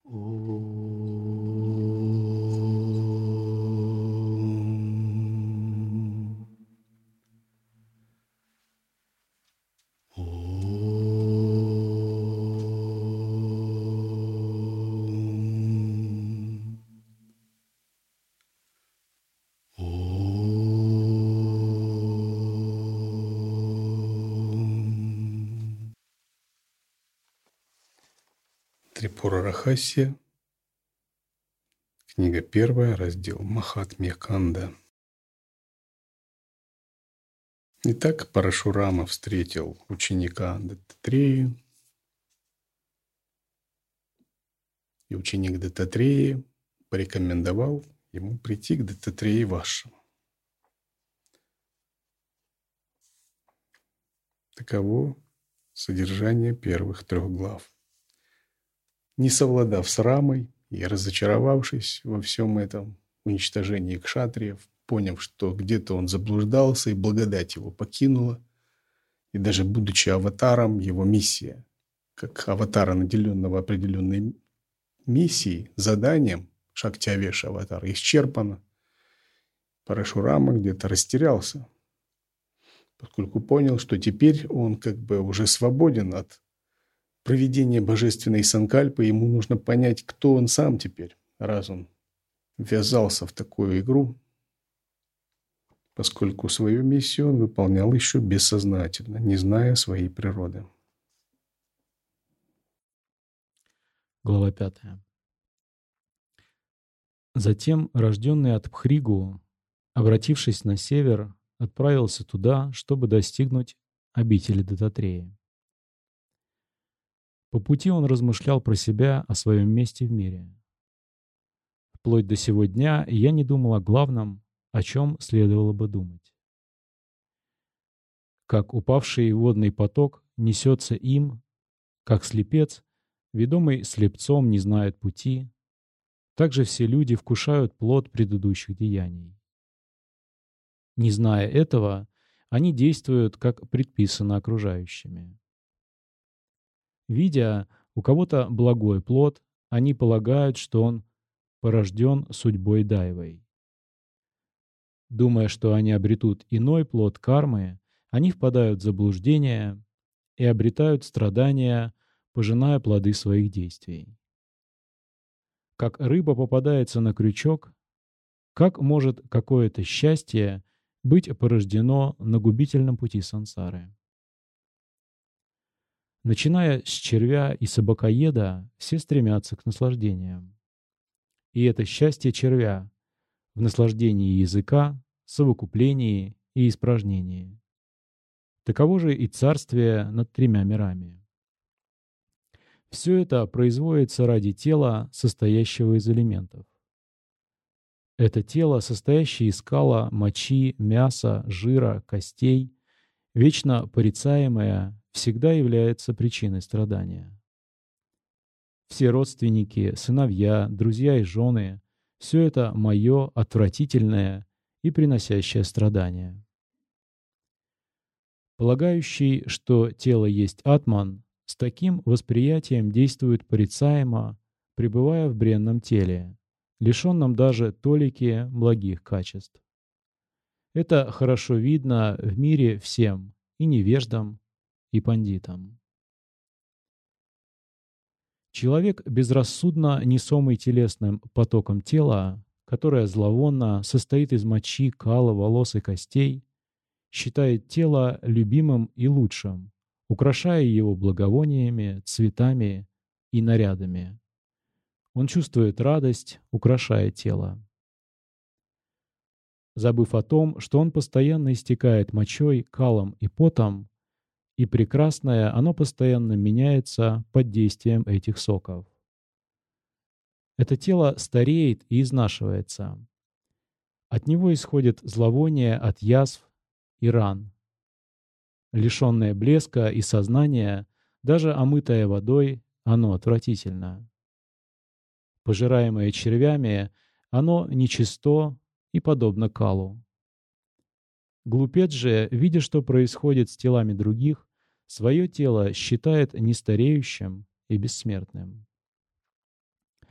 Трипура Рахасия, книга 1, раздел Махатмья Канда. Итак, Парашурама встретил ученика Даттатрею, и ученик Даттатреи порекомендовал ему прийти к Даттатрее Вашему. Таково содержание первых 3 глав. Не совладав с Рамой и разочаровавшись во всем этом уничтожении кшатриев, поняв, что где-то он заблуждался и благодать его покинула, и даже будучи аватаром, его миссия, как аватара, наделенного определенной миссией, заданием, Шактиавеша аватар, исчерпана, Парашурама где-то растерялся, поскольку понял, что теперь он как бы уже свободен от проведения божественной санкальпы, ему нужно понять, кто он сам теперь, раз он ввязался в такую игру, поскольку свою миссию он выполнял еще бессознательно, не зная своей природы. Глава 5. Затем, рожденный от Пхригу, обратившись на север, отправился туда, чтобы достигнуть обители Даттатрея. По пути он размышлял про себя о своем месте в мире. Вплоть до сего дня я не думал о главном, о чем следовало бы думать. Как упавший водный поток несется им, как слепец, ведомый слепцом, не знает пути, так же все люди вкушают плод предыдущих деяний. Не зная этого, они действуют, как предписано окружающими. Видя у кого-то благой плод, они полагают, что он порожден судьбой дайвой. Думая, что они обретут иной плод кармы, они впадают в заблуждение и обретают страдания, пожиная плоды своих действий. Как рыба попадается на крючок, как может какое-то счастье быть порождено на губительном пути сансары? Начиная с червя и собакоеда, все стремятся к наслаждениям. И это счастье червя в наслаждении языка, совокуплении и испражнении. Таково же и царствие над 3 мирами. Все это производится ради тела, состоящего из элементов. Это тело, состоящее из кала, мочи, мяса, жира, костей, вечно порицаемое, всегда является причиной страдания. Все родственники, сыновья, друзья и жены — все это мое, отвратительное и приносящее страдания. Полагающий, что тело есть атман, с таким восприятием действует порицаемо, пребывая в бренном теле, лишенном даже толики благих качеств. Это хорошо видно в мире всем, и невеждам, и пандитам. Человек, безрассудно несомый телесным потоком тела, которое зловонно состоит из мочи, кала, волос и костей, считает тело любимым и лучшим, украшая его благовониями, цветами и нарядами. Он чувствует радость, украшая тело. Забыв о том, что он постоянно истекает мочой, калом и потом, и прекрасное оно постоянно меняется под действием этих соков. Это тело стареет и изнашивается. От него исходит зловоние от язв и ран. Лишенное блеска и сознания, даже омытое водой, оно отвратительно. Пожираемое червями, оно нечисто и подобно калу. Глупец же, видя, что происходит с телами других, свое тело считает нестареющим и бессмертным.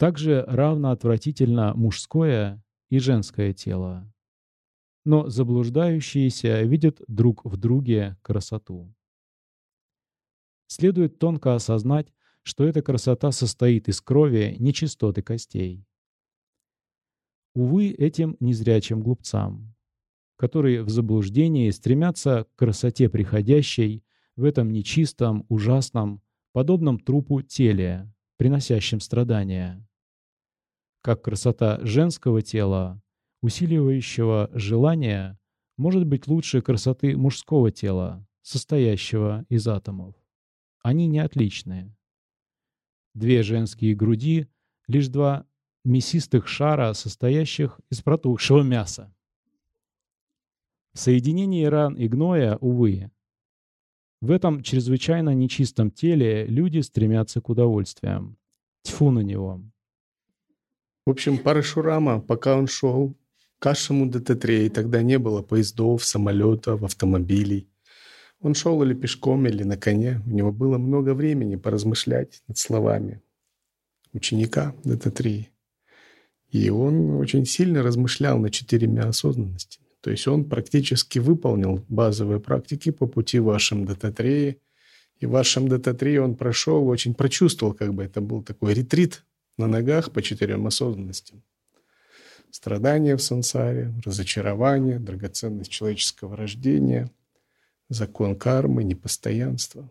Также равно отвратительно мужское и женское тело. Но заблуждающиеся видят друг в друге красоту. Следует тонко осознать, что эта красота состоит из крови, нечистот и костей. Увы, этим незрячим глупцам, которые в заблуждении стремятся к красоте приходящей в этом нечистом, ужасном, подобном трупу теле, приносящем страдания. Как красота женского тела, усиливающего желание, может быть лучше красоты мужского тела, состоящего из атомов. Они не отличные. Две женские груди — лишь два мясистых шара, состоящих из протухшего мяса. В соединении ран и гноя, увы, в этом чрезвычайно нечистом теле люди стремятся к удовольствиям. Тьфу на него. В общем, Парашурама, пока он шел к Кашему Дататреи, тогда не было поездов, самолетов, автомобилей. Он шел или пешком, или на коне. У него было много времени поразмышлять над словами ученика Дататреи. И он очень сильно размышлял над 4 осознанностями. То есть он практически выполнил базовые практики по пути Вашем Дататреи. И Вашем Дататреи он прошел, очень прочувствовал, как бы это был такой ретрит на ногах по 4 осознанностям. Страдания в сансаре, разочарование, драгоценность человеческого рождения, закон кармы, непостоянство.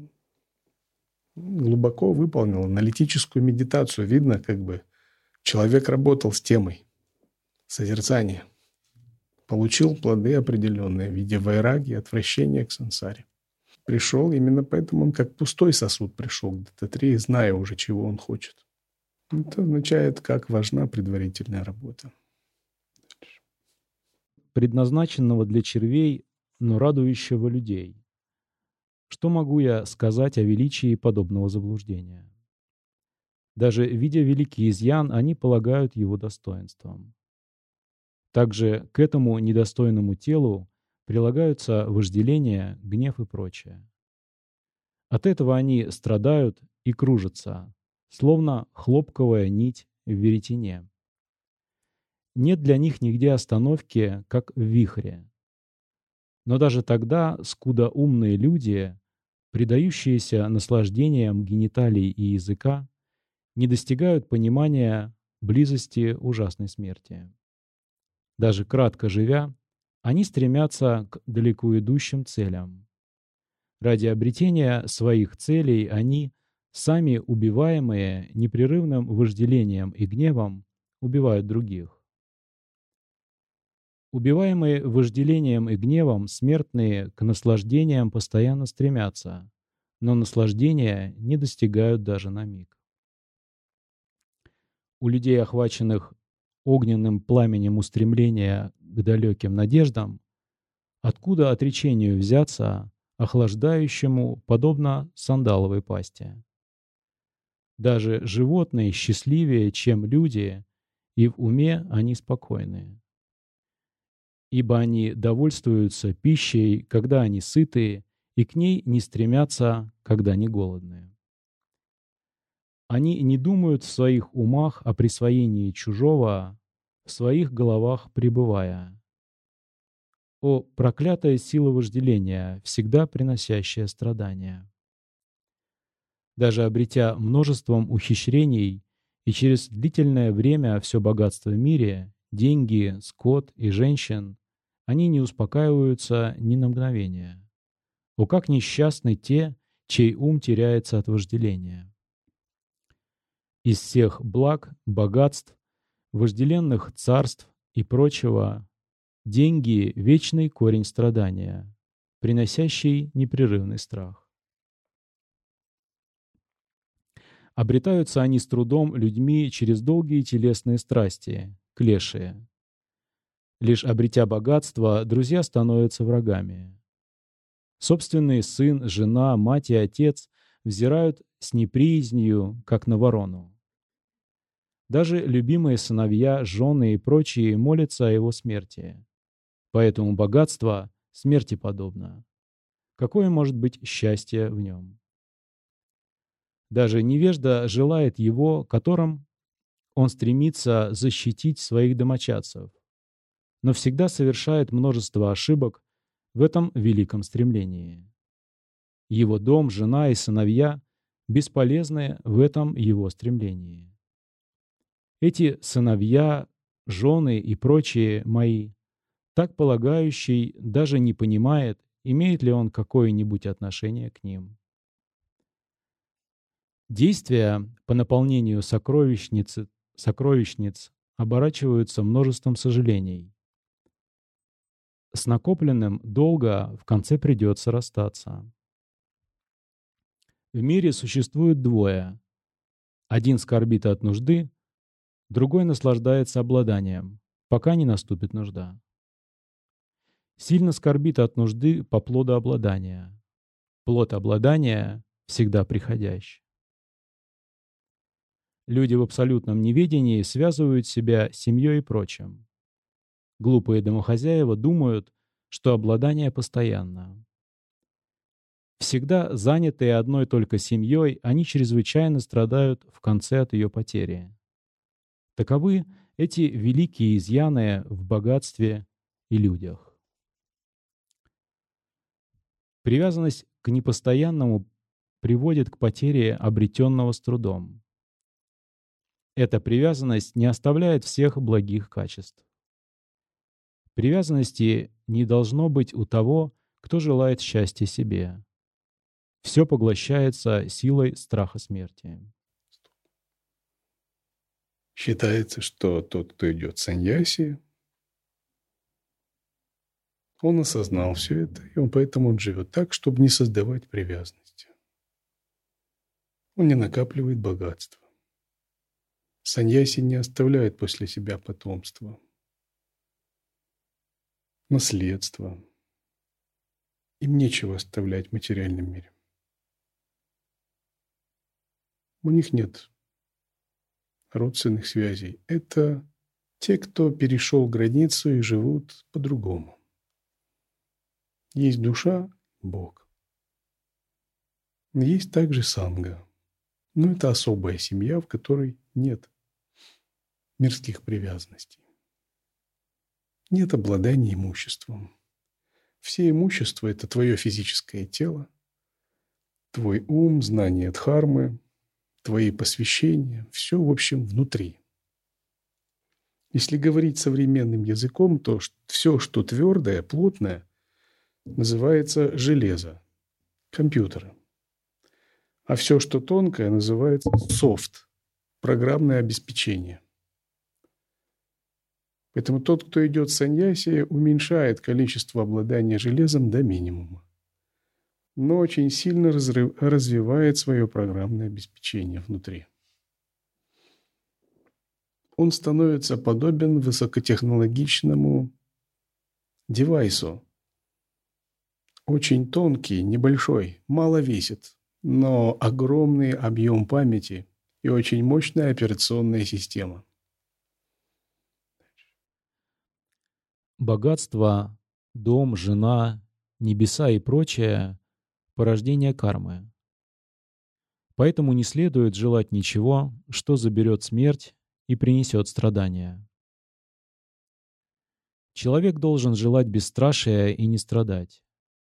Глубоко выполнил аналитическую медитацию. Видно, как бы человек работал с темой созерцания. Получил плоды определенные в виде вайраги, отвращения к сансаре. Пришел, именно поэтому он как пустой сосуд пришел к Дататреи, зная уже, чего он хочет. Это означает, как важна предварительная работа. Предназначенного для червей, но радующего людей. Что могу я сказать о величии подобного заблуждения? Даже видя великий изъян, они полагают его достоинством. Также к этому недостойному телу прилагаются вожделение, гнев и прочее. От этого они страдают и кружатся, словно хлопковая нить в веретене. Нет для них нигде остановки, как в вихре. Но даже тогда скудоумные люди, предающиеся наслаждениям гениталий и языка, не достигают понимания близости ужасной смерти. Даже кратко живя, они стремятся к далеко идущим целям. Ради обретения своих целей они, сами убиваемые непрерывным вожделением и гневом, убивают других. Убиваемые вожделением и гневом, смертные к наслаждениям постоянно стремятся, но наслаждения не достигают даже на миг. У людей, охваченных огненным пламенем устремления к далеким надеждам, откуда отречению взяться, охлаждающему, подобно сандаловой пасте? Даже животные счастливее, чем люди, и в уме они спокойны. Ибо они довольствуются пищей, когда они сыты, и к ней не стремятся, когда не голодные. Они не думают в своих умах о присвоении чужого, в своих головах пребывая. О, проклятая сила вожделения, всегда приносящая страдания! Даже обретя множеством ухищрений и через длительное время все богатство в мире, деньги, скот и женщин, они не успокаиваются ни на мгновение. О, как несчастны те, чей ум теряется от вожделения! Из всех благ, богатств, вожделенных царств и прочего, деньги — вечный корень страдания, приносящий непрерывный страх. Обретаются они с трудом людьми через долгие телесные страсти, клеши. Лишь обретя богатство, друзья становятся врагами. Собственный сын, жена, мать и отец взирают с неприязнью, как на ворону. Даже любимые сыновья, жены и прочие молятся о его смерти. Поэтому богатство смерти подобно. Какое может быть счастье в нем? Даже невежда желает его, которым Он стремится защитить своих домочадцев, но всегда совершает множество ошибок в этом великом стремлении. Его дом, жена и сыновья бесполезны в этом его стремлении. Эти сыновья, жены и прочие мои, так полагающий даже не понимает, имеет ли он какое-нибудь отношение к ним. Действия по наполнению сокровищниц оборачиваются множеством сожалений. С накопленным долго в конце придется расстаться. В мире существует двое. Один скорбит от нужды, другой наслаждается обладанием, пока не наступит нужда. Сильно скорбит от нужды по плоду обладания. Плод обладания всегда приходящий. Люди в абсолютном неведении связывают себя с семьей и прочим. Глупые домохозяева думают, что обладание постоянно. Всегда занятые одной только семьей, они чрезвычайно страдают в конце от ее потери. Таковы эти великие изъяны в богатстве и людях. Привязанность к непостоянному приводит к потере обретенного с трудом. Эта привязанность не оставляет всех благих качеств. Привязанности не должно быть у того, кто желает счастья себе. Все поглощается силой страха смерти. Считается, что тот, кто идет саньяси, он осознал все это, и поэтому он живет так, чтобы не создавать привязанности. Он не накапливает богатство. Саньяси не оставляет после себя потомство, наследство. Им нечего оставлять в материальном мире. У них нет родственных связей. Это те, кто перешел границу и живут по-другому. Есть душа – Бог. Есть также санга. Но это особая семья, в которой нет мирских привязанностей. Нет обладания имуществом. Все имущество – это твое физическое тело, твой ум, знание дхармы, твои посвящения. Все, в общем, внутри. Если говорить современным языком, то все, что твердое, плотное, называется железо, компьютеры. А все, что тонкое, называется софт, программное обеспечение. Поэтому тот, кто идет в саньяси, уменьшает количество обладания железом до минимума, но очень сильно развивает свое программное обеспечение внутри. Он становится подобен высокотехнологичному девайсу. Очень тонкий, небольшой, мало весит, но огромный объем памяти и очень мощная операционная система. Богатство, дом, жена, небеса и прочее – порождение кармы. Поэтому не следует желать ничего, что заберет смерть и принесет страдания. Человек должен желать бесстрашия и не страдать.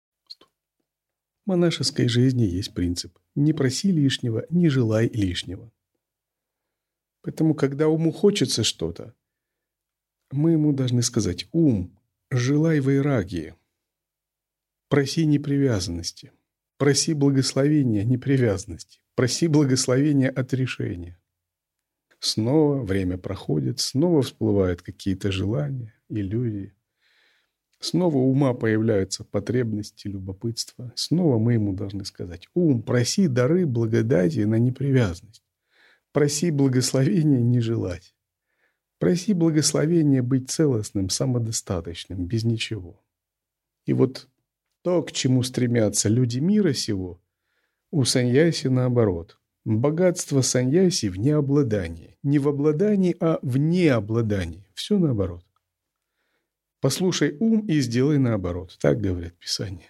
В монашеской жизни есть принцип: не проси лишнего, не желай лишнего. Поэтому, когда уму хочется что-то, мы ему должны сказать: ум, желай вайрагии, проси непривязанности, проси благословения непривязанности, проси благословения отрешения. Снова время проходит, снова всплывают какие-то желания, иллюзии. Снова у ума появляются потребности, любопытство. Снова мы ему должны сказать: ум, проси дары благодати на непривязанность. Проси благословения не желать. Проси благословения быть целостным, самодостаточным, без ничего. И вот то, к чему стремятся люди мира сего, у саньяси наоборот. Богатство саньяси в необладании. Не в обладании, а в необладании. Все наоборот. Послушай ум и сделай наоборот. Так говорят Писания.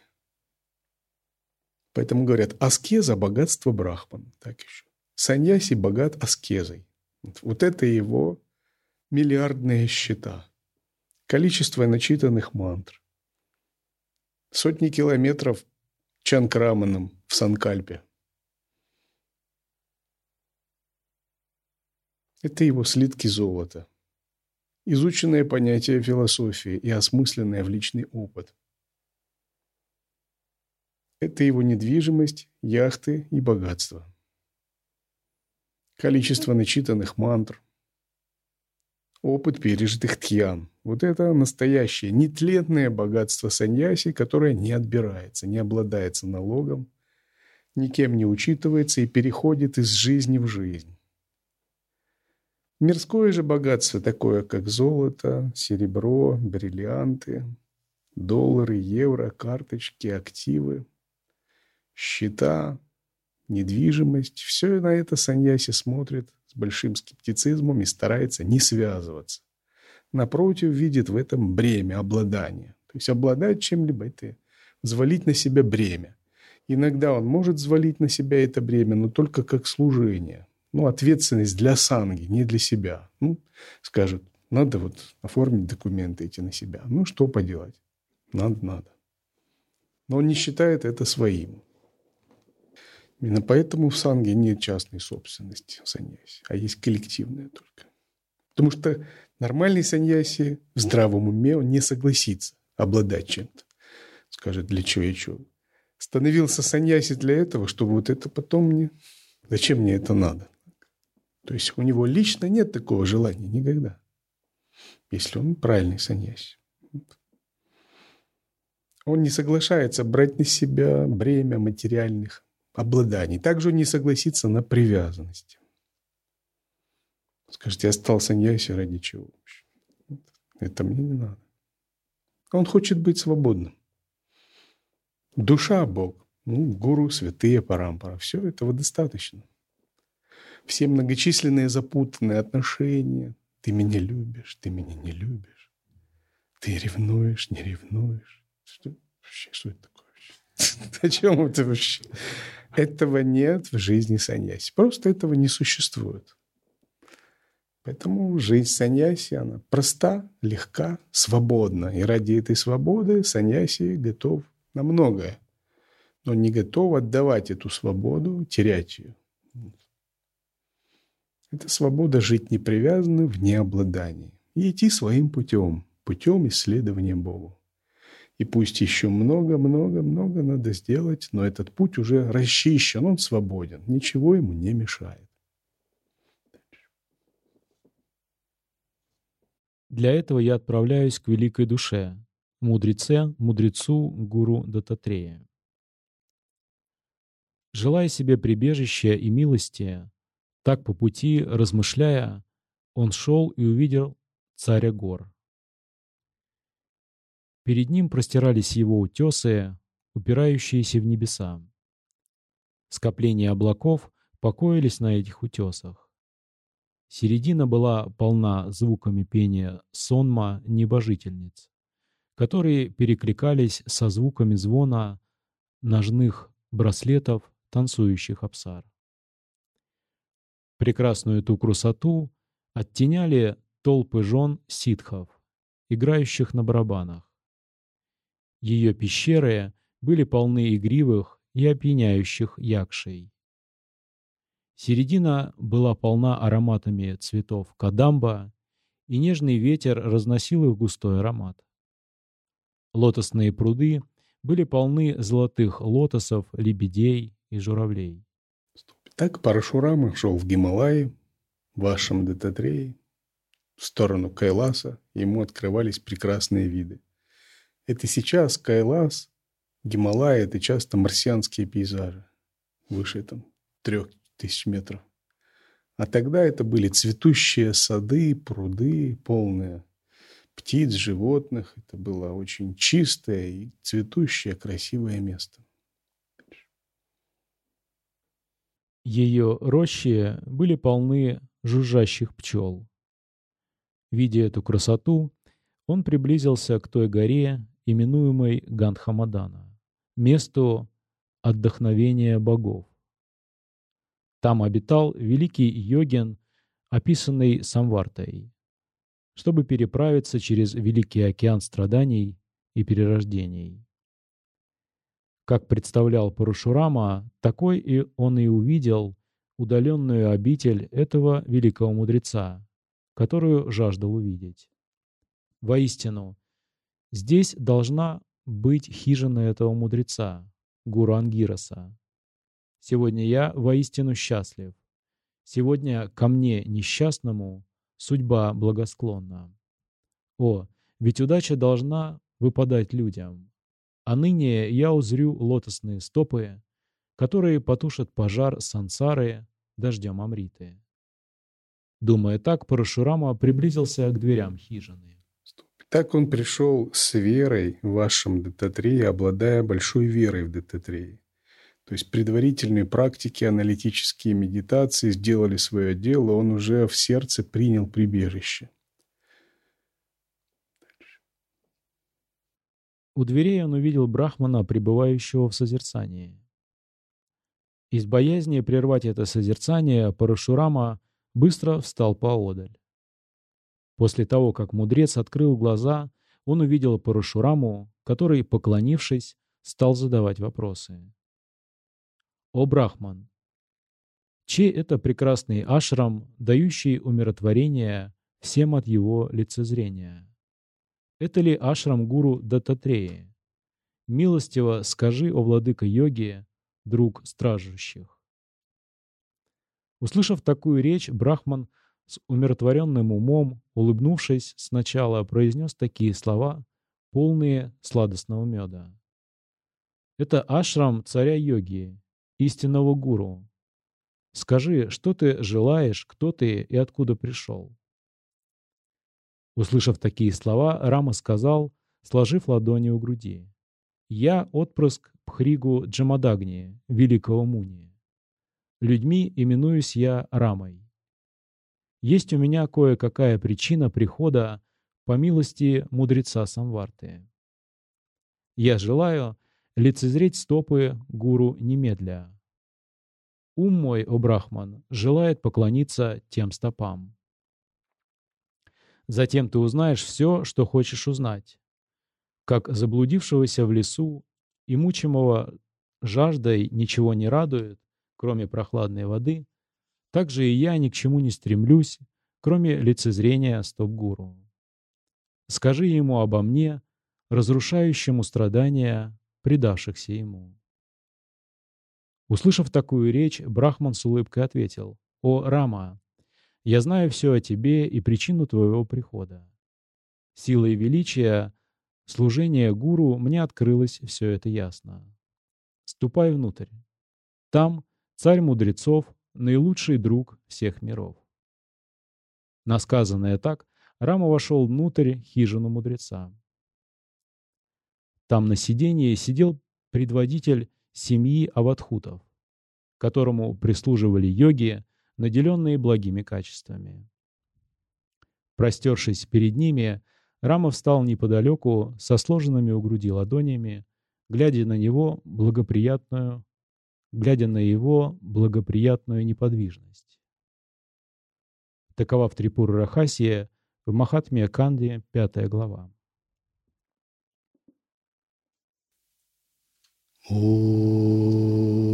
Поэтому говорят: аскеза – богатство брахман. Так еще. Саньяси богат аскезой. Вот это его миллиардные счета. Количество начитанных мантр. Сотни километров чанкраманом в Санкальпе. Это его слитки золота. Изученное понятие философии и осмысленное в личный опыт. Это его недвижимость, яхты и богатство. Количество начитанных мантр. Опыт пережитых тхьян. Вот это настоящее нетленное богатство саньяси, которое не отбирается, не обладается налогом, никем не учитывается и переходит из жизни в жизнь. Мирское же богатство, такое как золото, серебро, бриллианты, доллары, евро, карточки, активы, счета, недвижимость, все на это саньяси смотрит с большим скептицизмом и старается не связываться. Напротив, видит в этом бремя обладания. То есть обладать чем-либо – это взвалить на себя бремя. Иногда он может взвалить на себя это бремя, но только как служение. Ответственность для санги, не для себя. Скажет, надо оформить документы эти на себя. Что поделать? Надо. Но он не считает это своим. Именно поэтому в санге нет частной собственности саньяси, а есть коллективная только. Потому что нормальный саньяси в здравом уме он не согласится обладать чем-то. Скажет, для чего я чего? Становился саньяси для этого, чтобы это потом мне... Зачем мне это надо? То есть у него лично нет такого желания никогда, если он правильный саньяси. Он не соглашается брать на себя бремя материальных обладаний. Также он не согласится на привязанности. Скажите, я стал саньяси ради чего вообще? Это мне не надо. Он хочет быть свободным. Душа – Бог. Гуру, святые, парампара. Все этого достаточно. Все многочисленные запутанные отношения. Ты меня любишь, ты меня не любишь. Ты ревнуешь, не ревнуешь. Что это такое? О чем это вообще? Этого нет в жизни саньяси. Просто этого не существует. Поэтому жизнь саньяси, она проста, легка, свободна. И ради этой свободы саньяси готов на многое. Но не готов отдавать эту свободу, терять ее. Это свобода жить непривязанно в необладании и идти своим путем, путем исследования Бога. И пусть еще много надо сделать, но этот путь уже расчищен, он свободен, ничего ему не мешает. Для этого я отправляюсь к великой душе, мудрецу Гуру Даттатрея. Желая себе прибежища и милости, так по пути, размышляя, он шел и увидел царя гор. Перед ним простирались его утесы, упирающиеся в небеса. Скопления облаков покоились на этих утесах. Середина была полна звуками пения сонма небожительниц, которые перекликались со звуками звона ножных браслетов танцующих апсар. Прекрасную эту красоту оттеняли толпы жен ситхов, играющих на барабанах. Ее пещеры были полны игривых и опьяняющих якшей. Середина была полна ароматами цветов кадамба, и нежный ветер разносил их густой аромат. Лотосные пруды были полны золотых лотосов, лебедей и журавлей. Так Парашурама шел в Гималаи, в Ашрам Даттатреи, в сторону Кайласа, ему открывались прекрасные виды. Это сейчас Кайлас, Гималаи – это часто марсианские пейзажи, выше 3000 метров. А тогда это были цветущие сады, пруды, полные птиц, животных. Это было очень чистое и цветущее, красивое место. Ее рощи были полны жужжащих пчел. Видя эту красоту, он приблизился к той горе, именуемой Гандхамадана, месту отдохновения богов. Там обитал великий йогин описанный Самвартой, чтобы переправиться через Великий океан страданий и перерождений. Как представлял Парашурама, такой и он и увидел удаленную обитель этого великого мудреца, которую жаждал увидеть. Воистину, здесь должна быть хижина этого мудреца, гуру Ангираса. Сегодня я воистину счастлив. Сегодня ко мне, несчастному, судьба благосклонна. О, ведь удача должна выпадать людям. А ныне я узрю лотосные стопы, которые потушат пожар сансары дождем Амриты. Думая так, Парашурама приблизился к дверям хижины. Так он пришел с верой в вашем Даттатрея, обладая большой верой в Даттатрея. То есть предварительные практики, аналитические медитации сделали свое дело, он уже в сердце принял прибежище. У дверей он увидел Брахмана, пребывающего в созерцании. Из боязни прервать это созерцание Парашурама быстро встал поодаль. После того, как мудрец открыл глаза, он увидел Парашураму, который, поклонившись, стал задавать вопросы. «О Брахман! Чей это прекрасный ашрам, дающий умиротворение всем от его лицезрения? Это ли ашрам гуру Даттатреи? Милостиво скажи, о владыка йоги, друг стражущих». Услышав такую речь, Брахман с умиротворенным умом, улыбнувшись сначала, произнес такие слова, полные сладостного меда. «Это ашрам царя йоги, истинного гуру. Скажи, что ты желаешь, кто ты и откуда пришел?» Услышав такие слова, Рама сказал, сложив ладони у груди: «Я отпрыск Пхригу Джамадагни, великого Муни. Людьми именуюсь я Рамой. Есть у меня кое-какая причина прихода по милости мудреца Самварты. Я желаю лицезреть стопы гуру немедля. Ум мой, о Брахман, желает поклониться тем стопам. Затем ты узнаешь все, что хочешь узнать. Как заблудившегося в лесу и мучимого жаждой ничего не радует, кроме прохладной воды, так же и я ни к чему не стремлюсь, кроме лицезрения стоп-гуру. Скажи ему обо мне, разрушающему страдания, предавшихся ему». Услышав такую речь, Брахман с улыбкой ответил: «О Рама, я знаю все о тебе и причину твоего прихода. Силой величия служения гуру мне открылось все это ясно. Ступай внутрь. Там царь мудрецов, наилучший друг всех миров». На сказанное так, Рама вошел внутрь хижину мудреца. Там на сиденье сидел предводитель семьи Авадхутов, которому прислуживали йоги, наделенные благими качествами. Простершись перед ними, Рама встал неподалеку со сложенными у груди ладонями, глядя на его благоприятную неподвижность. Такова в Трипура Рахасия в Махатмья Канде, 5 глава. О